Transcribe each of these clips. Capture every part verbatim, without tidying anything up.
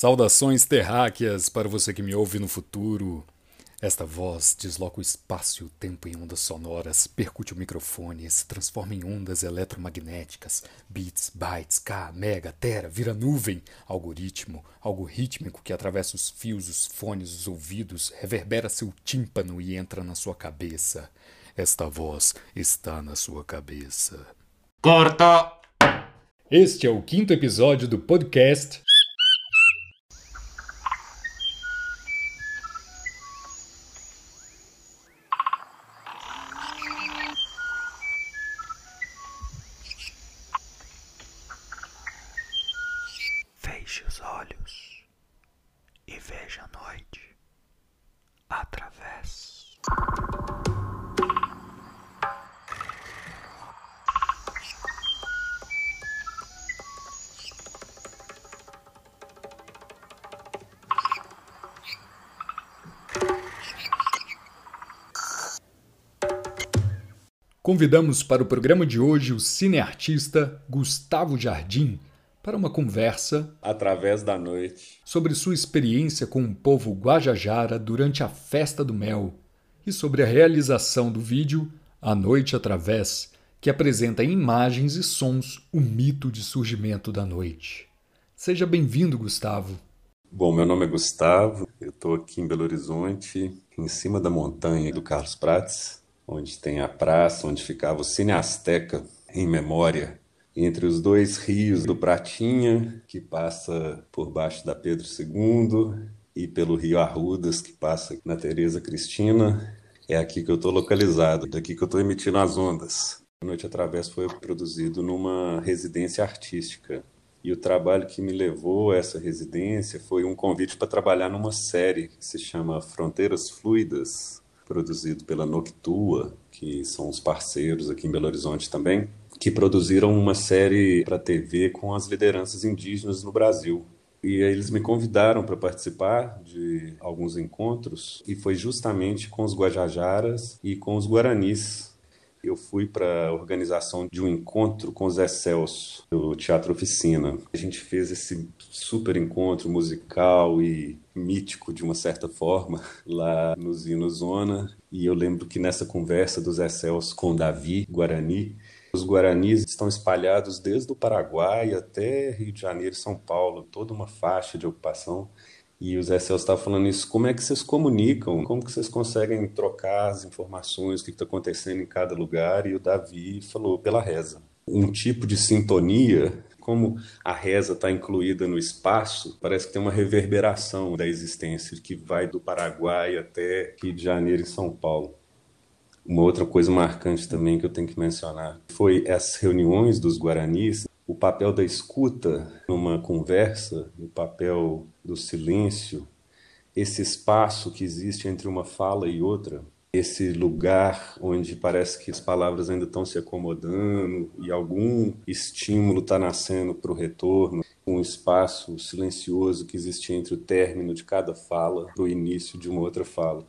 Saudações terráqueas para você que me ouve no futuro. Esta voz desloca o espaço e o tempo em ondas sonoras, percute o microfone, se transforma em ondas eletromagnéticas, bits, bytes, K, mega, tera, vira nuvem, algoritmo, algo rítmico que atravessa os fios, os fones, os ouvidos, reverbera seu tímpano e entra na sua cabeça. Esta voz está na sua cabeça. Corta! Este é o quinto episódio do podcast Feche os olhos e veja a noite através. Convidamos para o programa de hoje o cineartista Gustavo Jardim para uma conversa através da noite sobre sua experiência com o povo Guajajara durante a Festa do Mel e sobre a realização do vídeo A Noite Através, que apresenta em imagens e sons o mito de surgimento da noite. Seja bem-vindo, Gustavo. Bom, meu nome é Gustavo, eu estou aqui em Belo Horizonte, em cima da montanha do Carlos Prates, onde tem a praça onde ficava o Cine Azteca, em memória, entre os dois rios do Pratinha, que passa por baixo da Pedro segundo, e pelo rio Arrudas, que passa na Tereza Cristina. É aqui que eu estou localizado, daqui que eu estou emitindo as ondas. A Noite Através foi produzido numa residência artística. E o trabalho que me levou a essa residência foi um convite para trabalhar numa série que se chama Fronteiras Fluidas, produzido pela Noctua, que são os parceiros aqui em Belo Horizonte também, que produziram uma série para T V com as lideranças indígenas no Brasil. E aí eles me convidaram para participar de alguns encontros, e foi justamente com os Guajajaras e com os Guaranis. Eu fui para a organização de um encontro com os Zé Celso, do Teatro Oficina. A gente fez esse super encontro musical e mítico, de uma certa forma, lá no Zino Zona. E eu lembro que nessa conversa do Zé Celso com o Davi Guarani, os Guaranis estão espalhados desde o Paraguai até Rio de Janeiro e São Paulo, toda uma faixa de ocupação. E o Zé Celso estava falando isso, como é que vocês comunicam? Como que vocês conseguem trocar as informações, o que está acontecendo em cada lugar? E o Davi falou, pela reza. Um tipo de sintonia, como a reza está incluída no espaço, parece que tem uma reverberação da existência, que vai do Paraguai até Rio de Janeiro e São Paulo. Uma outra coisa marcante também que eu tenho que mencionar foi as reuniões dos Guaranis, o papel da escuta numa conversa, o papel do silêncio, esse espaço que existe entre uma fala e outra, esse lugar onde parece que as palavras ainda estão se acomodando e algum estímulo está nascendo para o retorno, um espaço silencioso que existe entre o término de cada fala para o início de uma outra fala.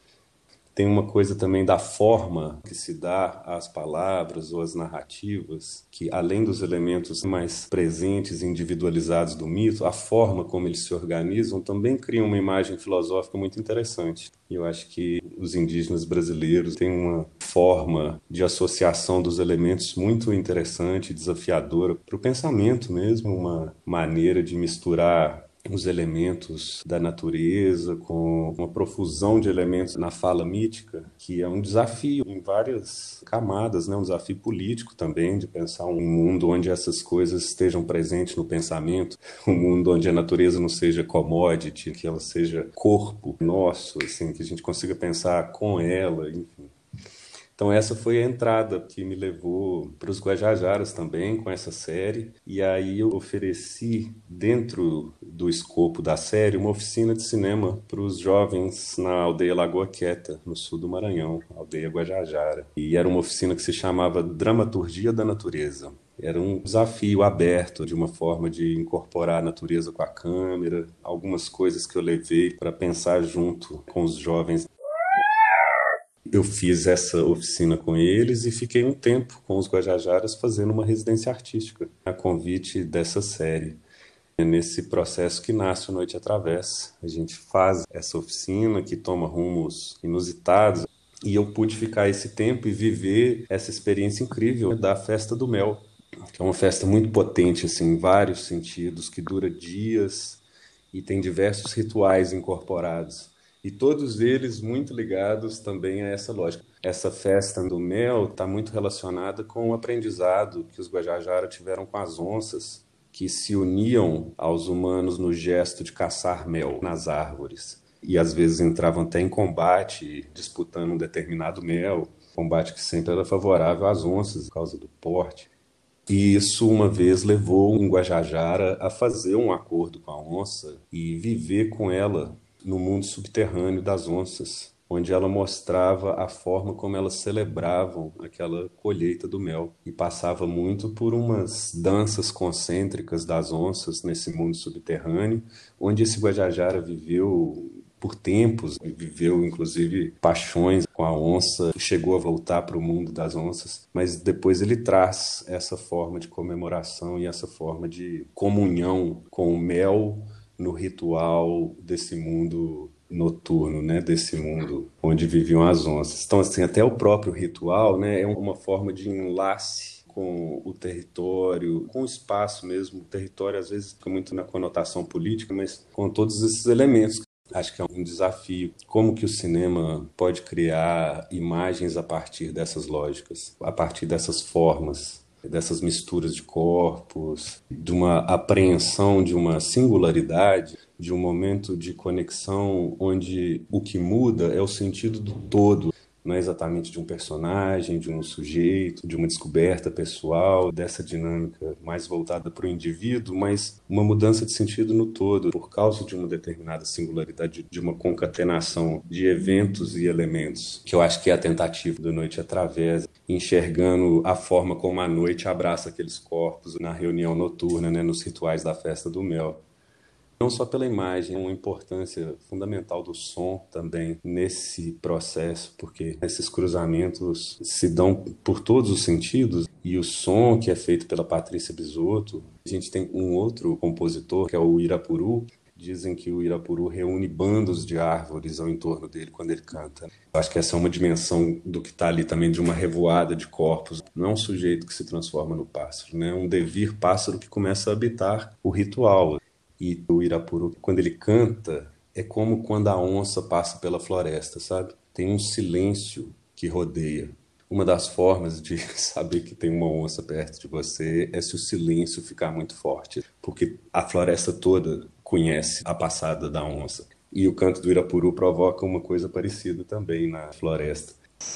Tem uma coisa também da forma que se dá às palavras ou às narrativas, que além dos elementos mais presentes e individualizados do mito, a forma como eles se organizam também cria uma imagem filosófica muito interessante. E eu acho que os indígenas brasileiros têm uma forma de associação dos elementos muito interessante, desafiadora para o pensamento mesmo, uma maneira de misturar os elementos da natureza, com uma profusão de elementos na fala mítica, que é um desafio em várias camadas, né? Um desafio político também, de pensar um mundo onde essas coisas estejam presentes no pensamento, um mundo onde a natureza não seja commodity, que ela seja corpo nosso, assim, que a gente consiga pensar com ela, enfim. Então essa foi a entrada que me levou para os Guajajaras também, com essa série. E aí eu ofereci, dentro do escopo da série, uma oficina de cinema para os jovens na aldeia Lagoa Quieta, no sul do Maranhão, aldeia Guajajara. E era uma oficina que se chamava Dramaturgia da Natureza. Era um desafio aberto, de uma forma de incorporar a natureza com a câmera, algumas coisas que eu levei para pensar junto com os jovens. Eu fiz essa oficina com eles e fiquei um tempo com os Guajajaras fazendo uma residência artística, a convite dessa série. É nesse processo que nasce o Noite Atravessa. A gente faz essa oficina que toma rumos inusitados e eu pude ficar esse tempo e viver essa experiência incrível da Festa do Mel, que é uma festa muito potente, assim, em vários sentidos, que dura dias e tem diversos rituais incorporados. E todos eles muito ligados também a essa lógica. Essa festa do mel está muito relacionada com o aprendizado que os Guajajara tiveram com as onças, que se uniam aos humanos no gesto de caçar mel nas árvores. E às vezes entravam até em combate, disputando um determinado mel, combate que sempre era favorável às onças, por causa do porte. E isso uma vez levou um Guajajara a fazer um acordo com a onça e viver com ela no mundo subterrâneo das onças, onde ela mostrava a forma como elas celebravam aquela colheita do mel. E passava muito por umas danças concêntricas das onças nesse mundo subterrâneo, onde esse Guajajara viveu por tempos, viveu inclusive paixões com a onça, chegou a voltar para o mundo das onças, mas depois ele traz essa forma de comemoração e essa forma de comunhão com o mel no ritual desse mundo noturno, né, desse mundo onde viviam as onças. Então, assim, até o próprio ritual, né, é uma forma de enlace com o território, com o espaço mesmo. O território, às vezes, fica muito na conotação política, mas com todos esses elementos. Acho que é um desafio. Como que o cinema pode criar imagens a partir dessas lógicas, a partir dessas formas, dessas misturas de corpos, de uma apreensão de uma singularidade, de um momento de conexão onde o que muda é o sentido do todo, não é exatamente de um personagem, de um sujeito, de uma descoberta pessoal, dessa dinâmica mais voltada para o indivíduo, mas uma mudança de sentido no todo, por causa de uma determinada singularidade, de uma concatenação de eventos e elementos, que eu acho que é a tentativa do Noite Atravessa, enxergando a forma como a noite abraça aqueles corpos na reunião noturna, né, nos rituais da Festa do Mel. Não só pela imagem, uma importância fundamental do som também nesse processo, porque esses cruzamentos se dão por todos os sentidos, e o som que é feito pela Patrícia Bisotto, a gente tem um outro compositor, que é o Irapuru. Dizem que o Irapuru reúne bandos de árvores ao entorno dele quando ele canta. Eu acho que essa é uma dimensão do que está ali também, de uma revoada de corpos. Não é um sujeito que se transforma no pássaro, né? É um devir pássaro que começa a habitar o ritual. E o Irapuru, quando ele canta, é como quando a onça passa pela floresta, sabe? Tem um silêncio que rodeia. Uma das formas de saber que tem uma onça perto de você é se o silêncio ficar muito forte, porque a floresta toda conhece a passada da onça. E o canto do Irapuru provoca uma coisa parecida também na floresta.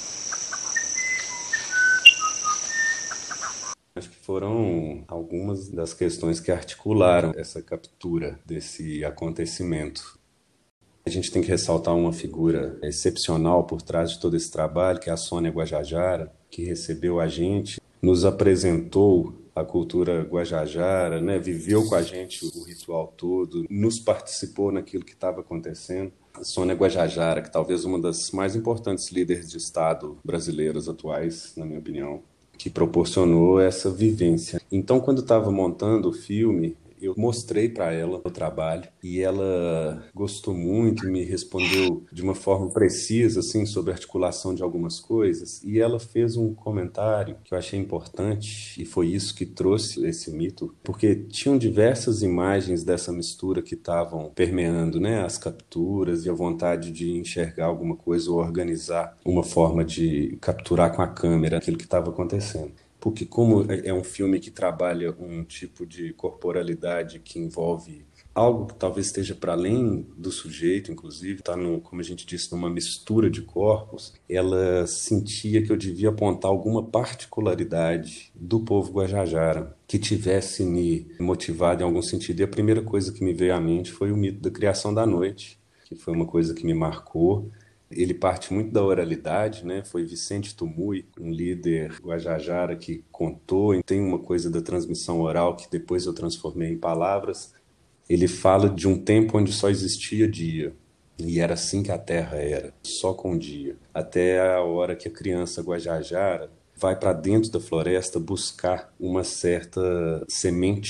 Acho que foram algumas das questões que articularam essa captura desse acontecimento. A gente tem que ressaltar uma figura excepcional por trás de todo esse trabalho, que é a Sônia Guajajara, que recebeu a gente, nos apresentou a cultura guajajara, né? Viveu com a gente o ritual todo, nos participou naquilo que estava acontecendo. A Sônia Guajajara, que talvez uma das mais importantes líderes de Estado brasileiras atuais, na minha opinião, que proporcionou essa vivência. Então, quando estava montando o filme, eu mostrei para ela o trabalho e ela gostou muito e me respondeu de uma forma precisa, assim, sobre a articulação de algumas coisas. E ela fez um comentário que eu achei importante e foi isso que trouxe esse mito, porque tinham diversas imagens dessa mistura que estavam permeando, né, as capturas e a vontade de enxergar alguma coisa ou organizar uma forma de capturar com a câmera aquilo que estava acontecendo. Porque como é um filme que trabalha um tipo de corporalidade que envolve algo que talvez esteja para além do sujeito, inclusive, está, como a gente disse, numa mistura de corpos, ela sentia que eu devia apontar alguma particularidade do povo Guajajara que tivesse me motivado em algum sentido. E a primeira coisa que me veio à mente foi o mito da criação da noite, que foi uma coisa que me marcou. Ele parte muito da oralidade, né? Foi Vicente Tumui, um líder guajajara, que contou. E tem uma coisa da transmissão oral que depois eu transformei em palavras. Ele fala de um tempo onde só existia dia. E era assim que a terra era, só com dia. Até a hora que a criança guajajara vai para dentro da floresta buscar uma certa semente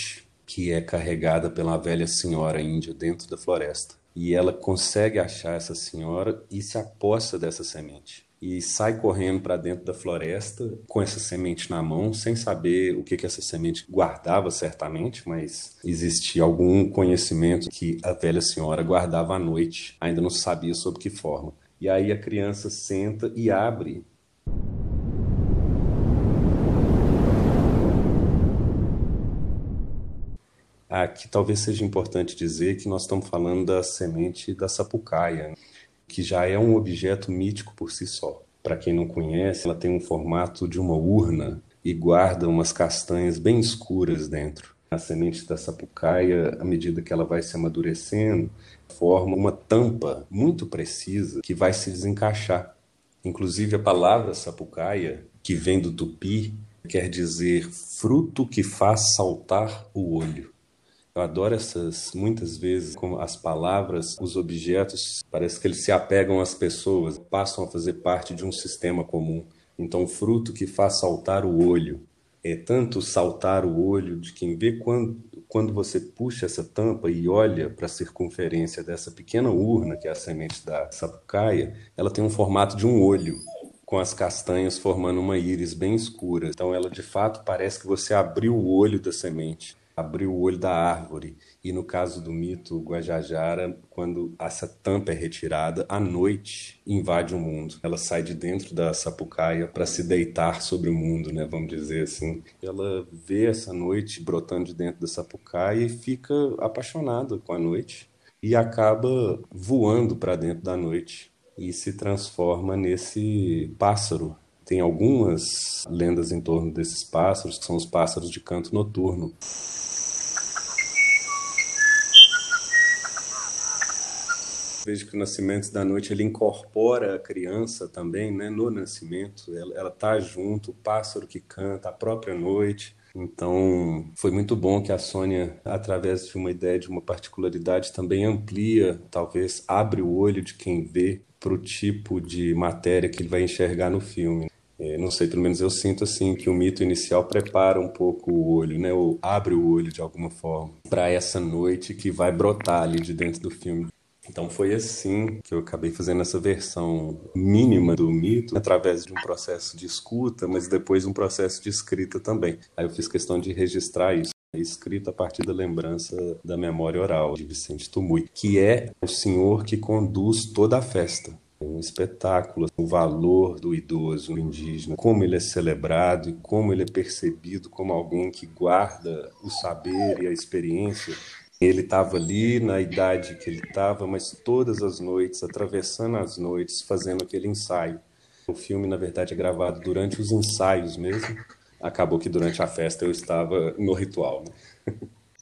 que é carregada pela velha senhora índia dentro da floresta. E ela consegue achar essa senhora e se aposta dessa semente. E sai correndo para dentro da floresta com essa semente na mão, sem saber o que, que essa semente guardava certamente, mas existia algum conhecimento que a velha senhora guardava à noite, ainda não sabia sob que forma. E aí a criança senta e abre. Aqui talvez seja importante dizer que nós estamos falando da semente da sapucaia, que já é um objeto mítico por si só. Para quem não conhece, ela tem um formato de uma urna e guarda umas castanhas bem escuras dentro. A semente da sapucaia, à medida que ela vai se amadurecendo, forma uma tampa muito precisa que vai se desencaixar. Inclusive a palavra sapucaia, que vem do tupi, quer dizer fruto que faz saltar o olho. Eu adoro essas, muitas vezes, como as palavras, os objetos, parece que eles se apegam às pessoas, passam a fazer parte de um sistema comum. Então, o fruto que faz saltar o olho. É tanto saltar o olho de quem vê quando, quando você puxa essa tampa e olha para a circunferência dessa pequena urna, que é a semente da sapucaia, ela tem um formato de um olho, com as castanhas formando uma íris bem escura. Então, ela de fato parece que você abriu o olho da semente. Abriu o olho da árvore. E no caso do mito Guajajara, quando essa tampa é retirada, à noite invade o mundo. Ela sai de dentro da sapucaia para se deitar sobre o mundo, né? Vamos dizer assim. Ela vê essa noite brotando de dentro da sapucaia e fica apaixonada com a noite. E acaba voando para dentro da noite e se transforma nesse pássaro. Tem algumas lendas em torno desses pássaros, que são os pássaros de canto noturno. Vejo que o Nascimento da Noite ele incorpora a criança também, né, no nascimento. Ela está junto, o pássaro que canta, a própria noite. Então, foi muito bom que a Sônia, através de uma ideia, de uma particularidade, também amplia, talvez abre o olho de quem vê para o tipo de matéria que ele vai enxergar no filme. É, não sei, pelo menos eu sinto assim que o mito inicial prepara um pouco o olho, né, ou abre o olho de alguma forma para essa noite que vai brotar ali de dentro do filme. Então foi assim que eu acabei fazendo essa versão mínima do mito, através de um processo de escuta, mas depois um processo de escrita também. Aí eu fiz questão de registrar isso, escrito a partir da lembrança da memória oral de Vicente Tumui, que é o senhor que conduz toda a festa. Um espetáculo, o valor do idoso, o indígena, como ele é celebrado e como ele é percebido como alguém que guarda o saber e a experiência. Ele estava ali na idade que ele estava, mas todas as noites, atravessando as noites, fazendo aquele ensaio. O filme, na verdade, é gravado durante os ensaios mesmo. Acabou que durante a festa eu estava no ritual, né?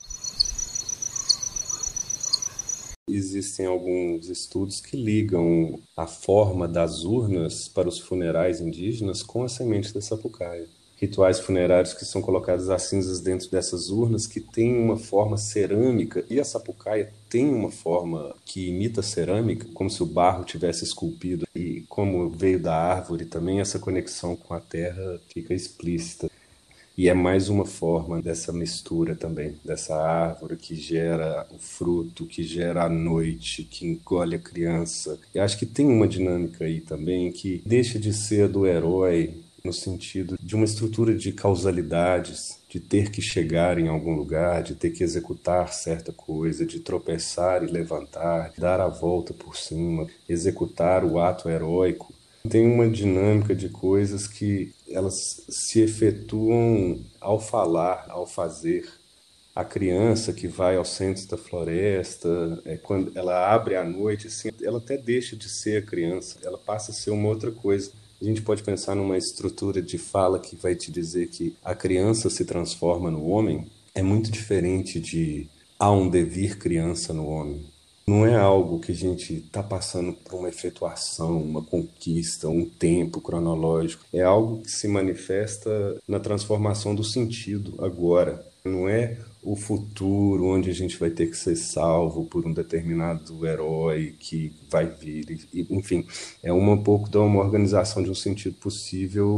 Existem alguns estudos que ligam a forma das urnas para os funerais indígenas com a semente da sapucaia. Rituais funerários que são colocadas as cinzas dentro dessas urnas que têm uma forma cerâmica, e a sapucaia tem uma forma que imita cerâmica, como se o barro tivesse esculpido, e como veio da árvore também, essa conexão com a terra fica explícita. E é mais uma forma dessa mistura também, dessa árvore que gera o fruto, que gera a noite, que engole a criança. E acho que tem uma dinâmica aí também que deixa de ser do herói, no sentido de uma estrutura de causalidades, de ter que chegar em algum lugar, de ter que executar certa coisa, de tropeçar e levantar, dar a volta por cima, executar o ato heróico. Tem uma dinâmica de coisas que elas se efetuam ao falar, ao fazer. A criança que vai ao centro da floresta, é, quando ela abre à noite, assim, ela até deixa de ser a criança, ela passa a ser uma outra coisa. A gente pode pensar numa estrutura de fala que vai te dizer que a criança se transforma no homem. É muito diferente de há um devir criança no homem. Não é algo que a gente está passando por uma efetuação, uma conquista, um tempo cronológico. É algo que se manifesta na transformação do sentido agora. Não é o futuro onde a gente vai ter que ser salvo por um determinado herói que vai vir. Enfim, é uma, um pouco de uma organização de um sentido possível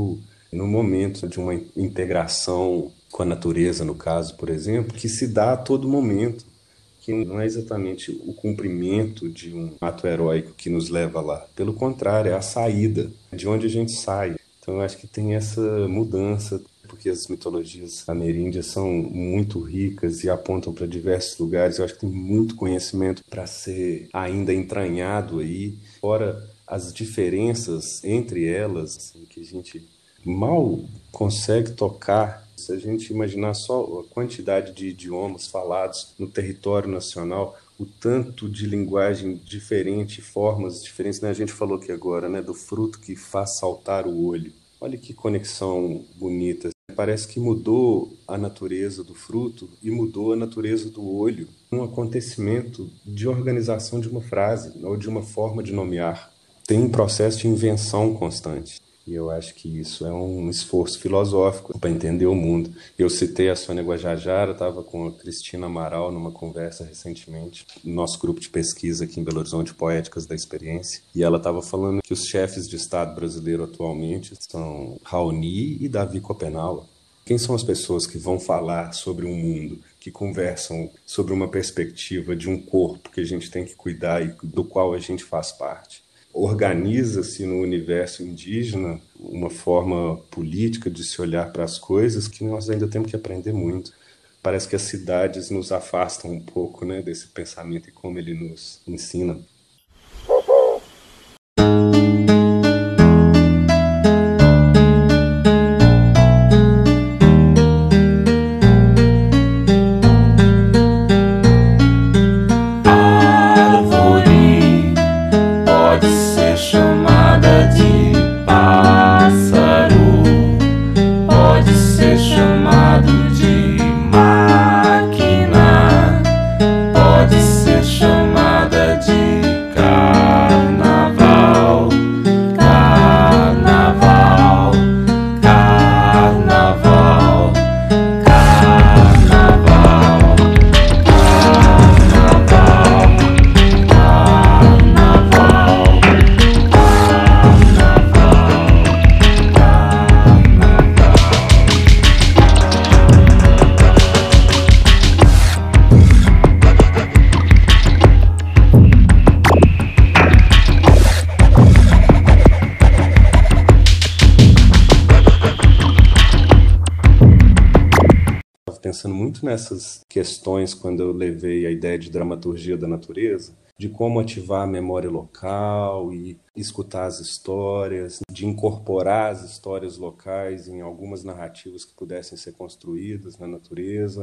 no momento de uma integração com a natureza, no caso, por exemplo, que se dá a todo momento, que não é exatamente o cumprimento de um ato heróico que nos leva lá. Pelo contrário, é a saída, de onde a gente sai. Então eu acho que tem essa mudança, porque as mitologias ameríndias são muito ricas e apontam para diversos lugares. Eu acho que tem muito conhecimento para ser ainda entranhado aí, fora as diferenças entre elas, assim, que a gente mal consegue tocar. Se a gente imaginar só a quantidade de idiomas falados no território nacional, o tanto de linguagem diferente, formas diferentes, né? A gente falou aqui agora, né, do fruto que faz saltar o olho. Olha que conexão bonita. Parece que mudou a natureza do fruto e mudou a natureza do olho. Um acontecimento de organização de uma frase ou de uma forma de nomear. Tem um processo de invenção constante. E eu acho que isso é um esforço filosófico para entender o mundo. Eu citei a Sônia Guajajara, estava com a Cristina Amaral numa conversa recentemente, no nosso grupo de pesquisa aqui em Belo Horizonte, Poéticas da Experiência, e ela estava falando que os chefes de Estado brasileiro atualmente são Raoni e Davi Copenau. Quem são as pessoas que vão falar sobre um mundo, que conversam sobre uma perspectiva de um corpo que a gente tem que cuidar e do qual a gente faz parte? Organiza-se no universo indígena uma forma política de se olhar para as coisas que nós ainda temos que aprender muito. Parece que as cidades nos afastam um pouco, né, desse pensamento e como ele nos ensina. Pensando muito nessas questões quando eu levei a ideia de dramaturgia da natureza, de como ativar a memória local e escutar as histórias, de incorporar as histórias locais em algumas narrativas que pudessem ser construídas na natureza,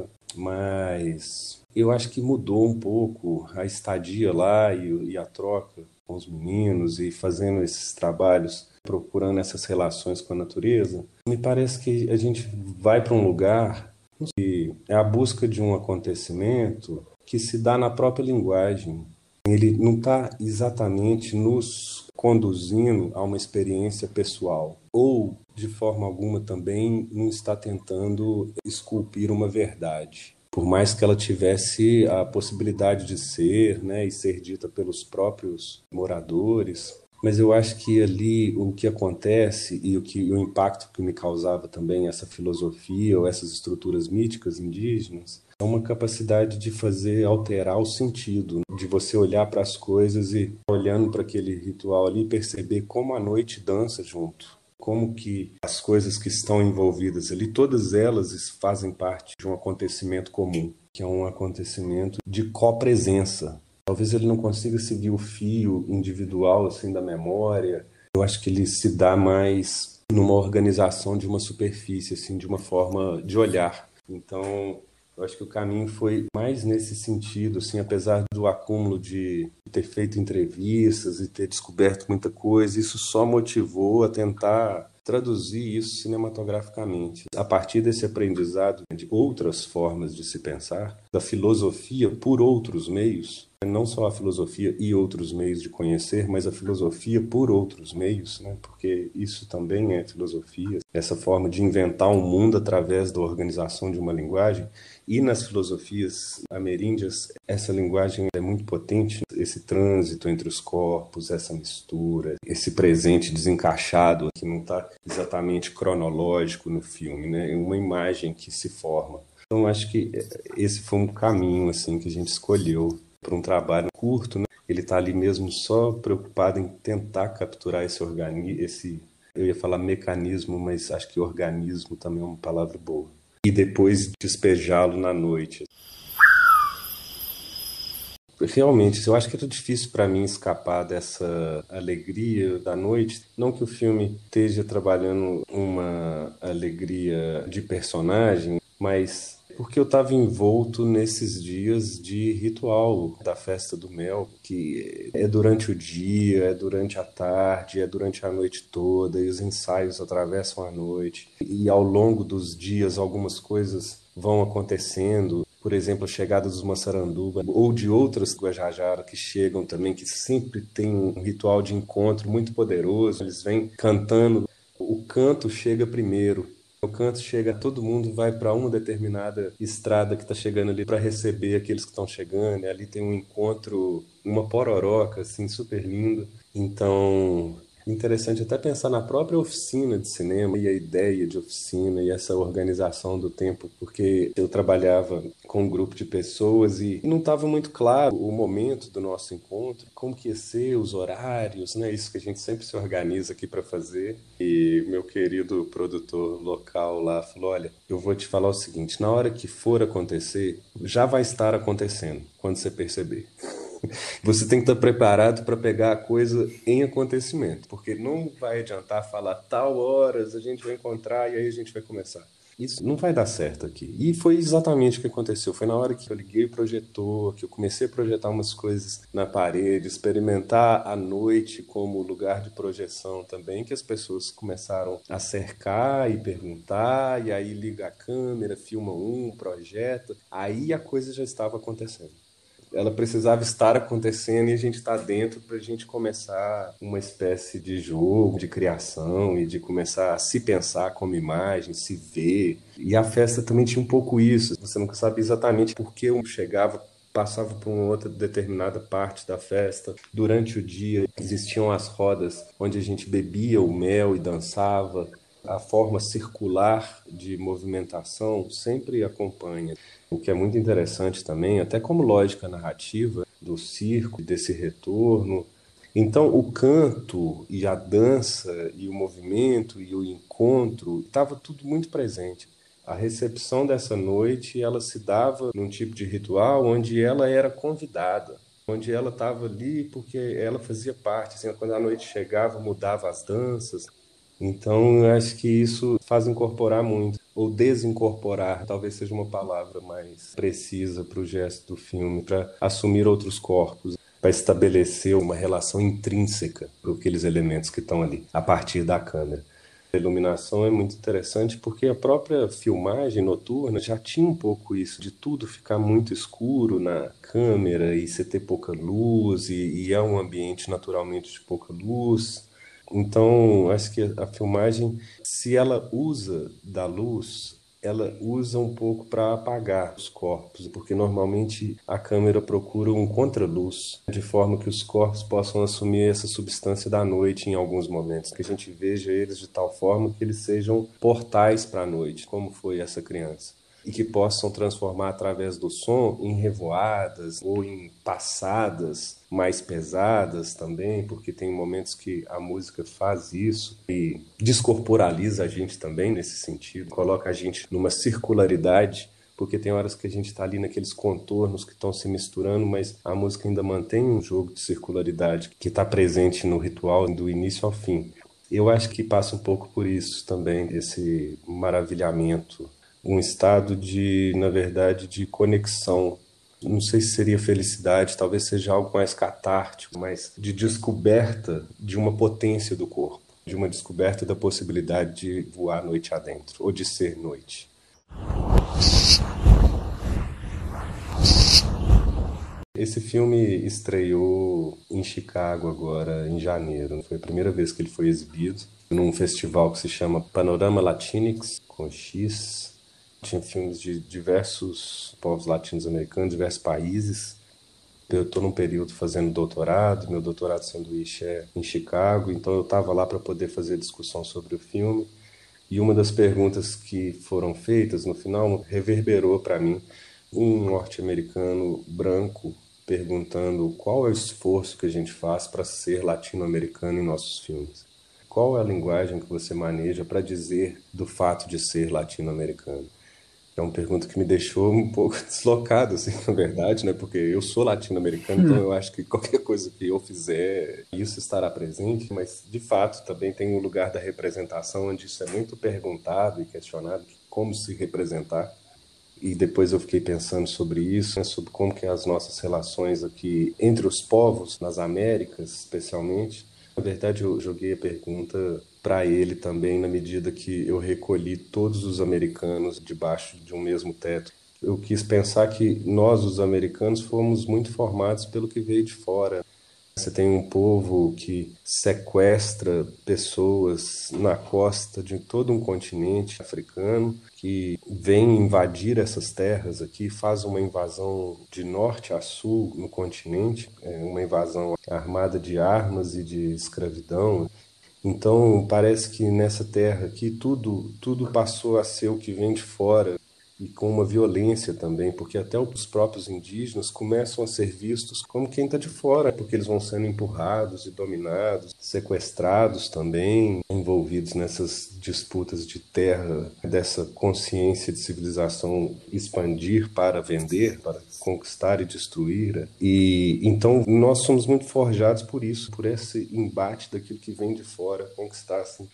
mas eu acho que mudou um pouco a estadia lá e, e a troca com os meninos e fazendo esses trabalhos, procurando essas relações com a natureza. Me parece que a gente vai para um lugar que é a busca de um acontecimento que se dá na própria linguagem. Ele não está exatamente nos conduzindo a uma experiência pessoal, ou, de forma alguma, também não está tentando esculpir uma verdade. Por mais que ela tivesse a possibilidade de ser, né, e ser dita pelos próprios moradores. Mas eu acho que ali o que acontece e o, que, o impacto que me causava também essa filosofia ou essas estruturas míticas indígenas é uma capacidade de fazer alterar o sentido, de você olhar para as coisas e, olhando para aquele ritual ali, perceber como a noite dança junto, como que as coisas que estão envolvidas ali, todas elas fazem parte de um acontecimento comum, que é um acontecimento de copresença. Talvez ele não consiga seguir o fio individual assim da memória. Eu acho que ele se dá mais numa organização de uma superfície, assim, de uma forma de olhar. Então, eu acho que o caminho foi mais nesse sentido, assim, apesar do acúmulo de ter feito entrevistas e ter descoberto muita coisa, isso só motivou a tentar traduzir isso cinematograficamente. A partir desse aprendizado de outras formas de se pensar, da filosofia por outros meios, não só a filosofia e outros meios de conhecer, mas a filosofia por outros meios, né? Porque isso também é filosofia, essa forma de inventar um mundo através da organização de uma linguagem. E nas filosofias ameríndias, essa linguagem é muito potente. esse trânsito entre os corpos, essa mistura, esse presente desencaixado que não está exatamente cronológico no filme, né? É uma imagem que se forma. Então acho que esse foi um caminho assim que a gente escolheu para um trabalho curto, né? Ele está ali mesmo só preocupado em tentar capturar esse organismo, esse, eu ia falar mecanismo, mas acho que organismo também é uma palavra boa. E depois despejá-lo na noite. Realmente, eu acho que era difícil para mim escapar dessa alegria da noite. Não que o filme esteja trabalhando uma alegria de personagem, mas porque eu estava envolto nesses dias de ritual da festa do mel, que é durante o dia, é durante a tarde, é durante a noite toda, e os ensaios atravessam a noite. E ao longo dos dias, algumas coisas vão acontecendo. Por exemplo, a chegada dos Massaranduba ou de outras Guajajara que chegam também, que sempre tem um ritual de encontro muito poderoso. Eles vêm cantando. O canto chega primeiro. O canto chega, todo mundo vai para uma determinada estrada que está chegando ali para receber aqueles que estão chegando. E ali tem um encontro, uma pororoca, assim, super linda. Então, interessante até pensar na própria oficina de cinema e a ideia de oficina e essa organização do tempo, porque eu trabalhava com um grupo de pessoas e não estava muito claro o momento do nosso encontro, como que ia ser, os horários, né? Isso que a gente sempre se organiza aqui para fazer. E meu querido produtor local lá falou, olha, eu vou te falar o seguinte, na hora que for acontecer, já vai estar acontecendo, quando você perceber. Você tem que estar preparado para pegar a coisa em acontecimento, porque não vai adiantar falar tal horas a gente vai encontrar e aí a gente vai começar. Isso não vai dar certo aqui. E foi exatamente o que aconteceu. Foi na hora que eu liguei o projetor, que eu comecei a projetar umas coisas na parede, experimentar a noite como lugar de projeção também, que as pessoas começaram a cercar e perguntar, e aí liga a câmera, filma um, projeta. Aí a coisa já estava acontecendo. Ela precisava estar acontecendo e a gente está dentro para a gente começar uma espécie de jogo, de criação e de começar a se pensar como imagem, se ver. E a festa também tinha um pouco isso. Você nunca sabe exatamente por que eu chegava, passava por uma outra determinada parte da festa. Durante o dia existiam as rodas onde a gente bebia o mel e dançava. A forma circular de movimentação sempre acompanha. O que é muito interessante também, até como lógica narrativa do circo, desse retorno. Então, o canto e a dança e o movimento e o encontro, estava tudo muito presente. A recepção dessa noite, ela se dava num tipo de ritual onde ela era convidada, onde ela estava ali porque ela fazia parte. Assim, quando a noite chegava, mudava as danças. Então, eu acho que isso faz incorporar muito, ou desincorporar, talvez seja uma palavra mais precisa para o gesto do filme, para assumir outros corpos, para estabelecer uma relação intrínseca para aqueles elementos que estão ali, a partir da câmera. A iluminação é muito interessante porque a própria filmagem noturna já tinha um pouco isso, de tudo ficar muito escuro na câmera e você ter pouca luz, e, e é um ambiente naturalmente de pouca luz. Então, acho que a filmagem, se ela usa da luz, ela usa um pouco para apagar os corpos, porque normalmente a câmera procura um contraluz, de forma que os corpos possam assumir essa substância da noite em alguns momentos, que a gente veja eles de tal forma que eles sejam portais para a noite, como foi essa criança. E que possam transformar através do som em revoadas ou em passadas mais pesadas também, porque tem momentos que a música faz isso e descorporaliza a gente também nesse sentido, coloca a gente numa circularidade, porque tem horas que a gente está ali naqueles contornos que estão se misturando, mas a música ainda mantém um jogo de circularidade que está presente no ritual do início ao fim. Eu acho que passa um pouco por isso também, esse maravilhamento, um estado de, na verdade, de conexão. Não sei se seria felicidade, talvez seja algo mais catártico, mas de descoberta de uma potência do corpo, de uma descoberta da possibilidade de voar noite adentro, ou de ser noite. Esse filme estreou em Chicago agora, em janeiro. Foi a primeira vez que ele foi exibido num festival que se chama Panorama Latinx, com X. Tinha filmes de diversos povos latino-americanos, diversos países. Eu estou num período fazendo doutorado, meu doutorado sanduíche é em Chicago, então eu estava lá para poder fazer discussão sobre o filme. E uma das perguntas que foram feitas no final reverberou para mim um norte-americano branco perguntando qual é o esforço que a gente faz para ser latino-americano em nossos filmes. Qual é a linguagem que você maneja para dizer do fato de ser latino-americano? É uma pergunta que me deixou um pouco deslocado, assim, na verdade, né? Porque eu sou latino-americano, então eu acho que qualquer coisa que eu fizer, isso estará presente. Mas, de fato, também tem o lugar da representação, onde isso é muito perguntado e questionado, como se representar. E depois eu fiquei pensando sobre isso, né? Sobre como que as nossas relações aqui entre os povos, nas Américas, especialmente. Na verdade, eu joguei a pergunta para ele também, na medida que eu recolhi todos os americanos debaixo de um mesmo teto. Eu quis pensar que nós, os americanos, fomos muito formados pelo que veio de fora. Você tem um povo que sequestra pessoas na costa de todo um continente africano, que vem invadir essas terras aqui, faz uma invasão de norte a sul no continente, é uma invasão armada de armas e de escravidão. Então, parece que nessa terra aqui tudo, tudo passou a ser o que vem de fora e com uma violência também, porque até os próprios indígenas começam a ser vistos como quem está de fora, porque eles vão sendo empurrados e dominados, sequestrados também, envolvidos nessas disputas de terra, dessa consciência de civilização expandir para vender, para conquistar e destruir. E então nós somos muito forjados por isso, por esse embate daquilo que vem de fora conquistar assim.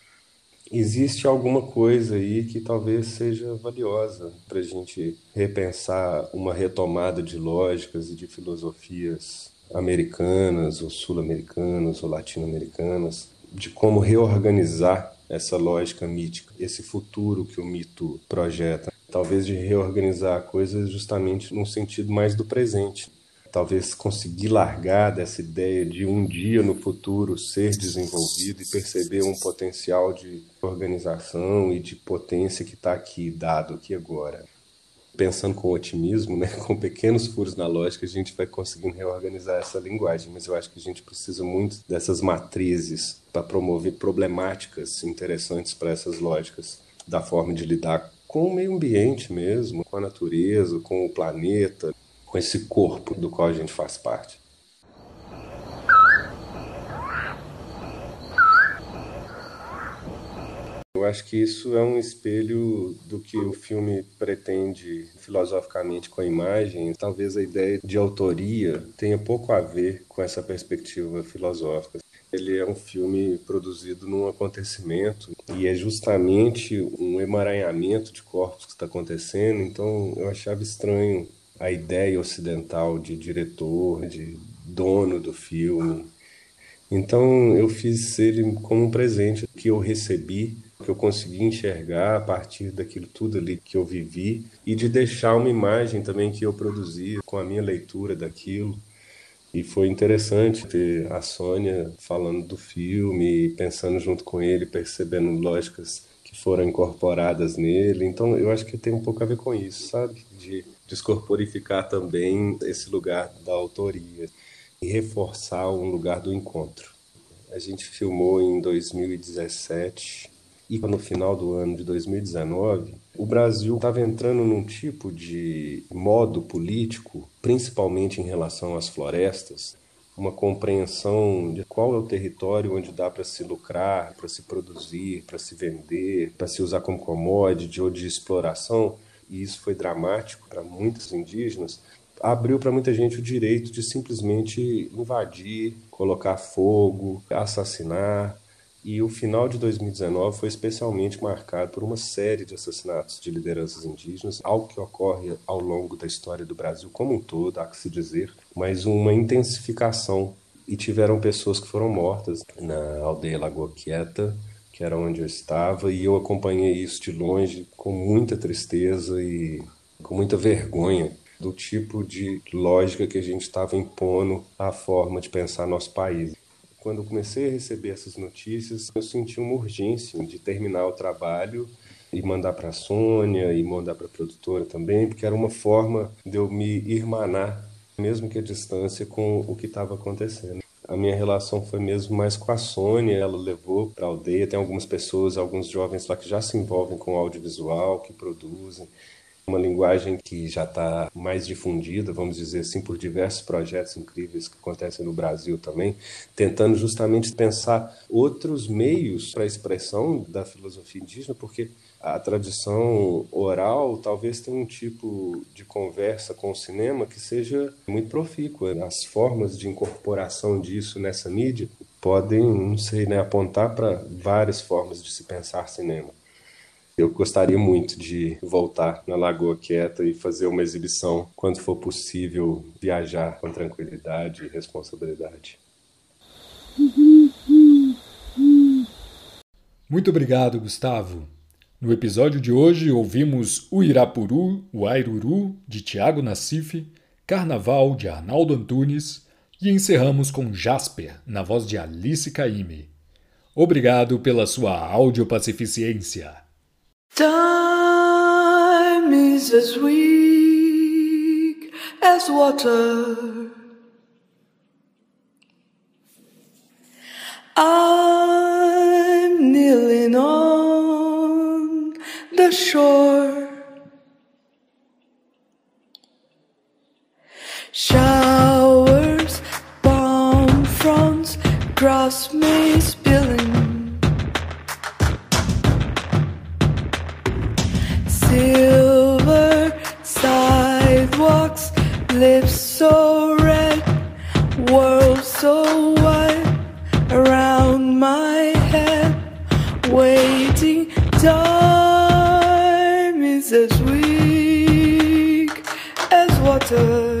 Existe alguma coisa aí que talvez seja valiosa para a gente repensar uma retomada de lógicas e de filosofias americanas, ou sul-americanas, ou latino-americanas, de como reorganizar essa lógica mítica, esse futuro que o mito projeta. Talvez de reorganizar coisas justamente num sentido mais do presente. Talvez conseguir largar dessa ideia de um dia no futuro ser desenvolvido e perceber um potencial de organização e de potência que está aqui, dado aqui agora. Pensando com otimismo, né, com pequenos furos na lógica, a gente vai conseguindo reorganizar essa linguagem, mas eu acho que a gente precisa muito dessas matrizes para promover problemáticas interessantes para essas lógicas, da forma de lidar com o meio ambiente mesmo, com a natureza, com o planeta, com esse corpo do qual a gente faz parte. Eu acho que isso é um espelho do que o filme pretende filosoficamente com a imagem. Talvez a ideia de autoria tenha pouco a ver com essa perspectiva filosófica. Ele é um filme produzido num acontecimento e é justamente um emaranhamento de corpos que está acontecendo. Então eu achava estranho a ideia ocidental de diretor, de dono do filme. Então eu fiz ele como um presente que eu recebi, que eu consegui enxergar a partir daquilo tudo ali que eu vivi e de deixar uma imagem também que eu produzi com a minha leitura daquilo. E foi interessante ter a Sônia falando do filme, pensando junto com ele, percebendo lógicas que foram incorporadas nele. Então eu acho que tem um pouco a ver com isso, sabe? De descorporificar também esse lugar da autoria e reforçar um lugar do encontro. A gente filmou em dois mil e dezessete e no final do ano de dois mil e dezenove, o Brasil estava entrando num tipo de modo político, principalmente em relação às florestas, uma compreensão de qual é o território onde dá para se lucrar, para se produzir, para se vender, para se usar como commodity ou de exploração, e isso foi dramático para muitos indígenas, abriu para muita gente o direito de simplesmente invadir, colocar fogo, assassinar. E o final de dois mil e dezenove foi especialmente marcado por uma série de assassinatos de lideranças indígenas, algo que ocorre ao longo da história do Brasil como um todo, há que se dizer, mas uma intensificação. E tiveram pessoas que foram mortas na aldeia Lagoa Quieta, que era onde eu estava, e eu acompanhei isso de longe com muita tristeza e com muita vergonha do tipo de lógica que a gente estava impondo à forma de pensar nosso país. Quando eu comecei a receber essas notícias, eu senti uma urgência de terminar o trabalho e mandar para a Sônia e mandar para a produtora também, porque era uma forma de eu me irmanar mesmo que a distância, com o que estava acontecendo. A minha relação foi mesmo mais com a Sônia, ela levou para a aldeia, tem algumas pessoas, alguns jovens lá que já se envolvem com audiovisual, que produzem. Uma linguagem que já está mais difundida, vamos dizer assim, por diversos projetos incríveis que acontecem no Brasil também, tentando justamente pensar outros meios para a expressão da filosofia indígena, porque a tradição oral talvez tenha um tipo de conversa com o cinema que seja muito profícua. As formas de incorporação disso nessa mídia podem, não sei, né, apontar para várias formas de se pensar cinema. Eu gostaria muito de voltar na Lagoa Quieta e fazer uma exibição quando for possível viajar com tranquilidade e responsabilidade. Muito obrigado, Gustavo. No episódio de hoje ouvimos O Irapuru, o Airuru, de Tiago Nassif, Carnaval, de Arnaldo Antunes e encerramos com Jasper, na voz de Alice Caymmi. Obrigado pela sua audiopacificiência. Time is as weak as water. I'm kneeling on the shore. Showers, palm fronds, grass may spilling. Silver sidewalks, lips so red, world so wide around my head, waiting. Time is as weak as water.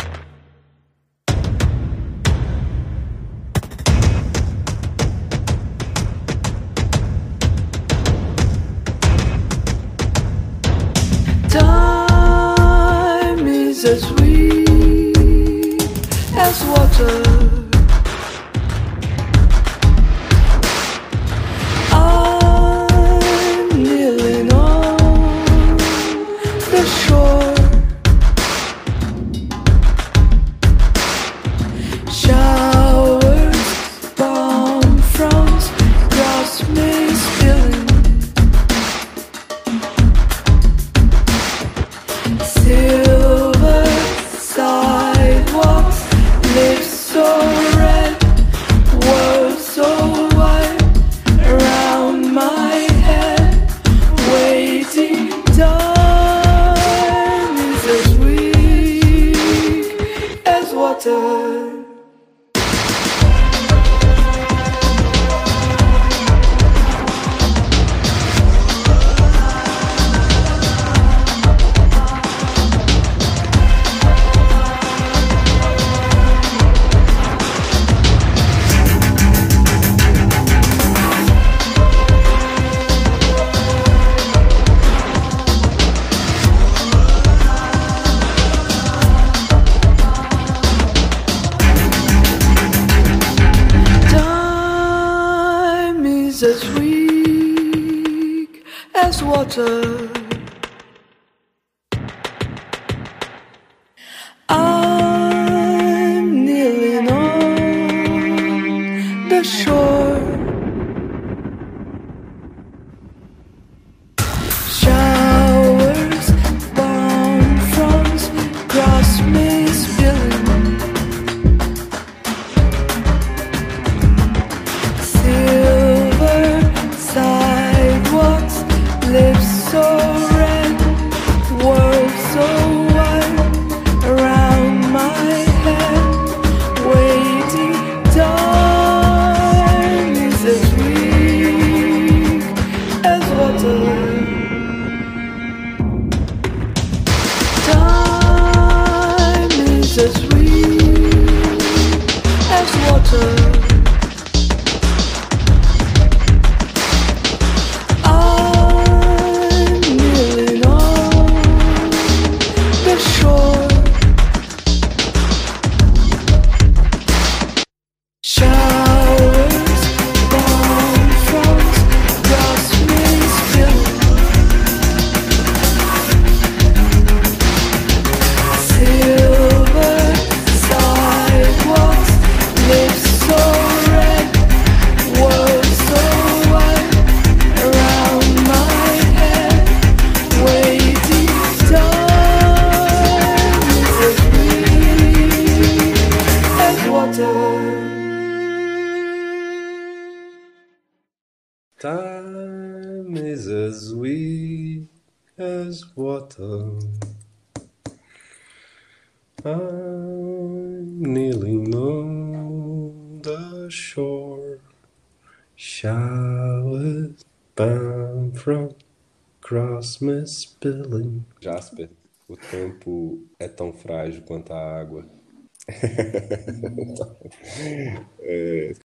Time is as weak as water. I'm kneeling on the shore. Showers, palm fronds, grass may spilling. Silver sidewalks, lips so red, world so wide around my head, waiting. Time is as weak as water. Time is as weak as water. I'm kneeling on the shore. Showers, palm fronds, grass may spilling. Silver sidewalks, lips so red, world so wide around my head, waiting. Time is as weak as water. Time is as weak as water. I'm kneeling on the shore. Showers, palm fronds, grass may spilling. Silver Time is as sweet as water. I'm kneeling on the shore. Showers bound from cross me spilling. Jasper, o tempo é tão frágil quanto a água. é,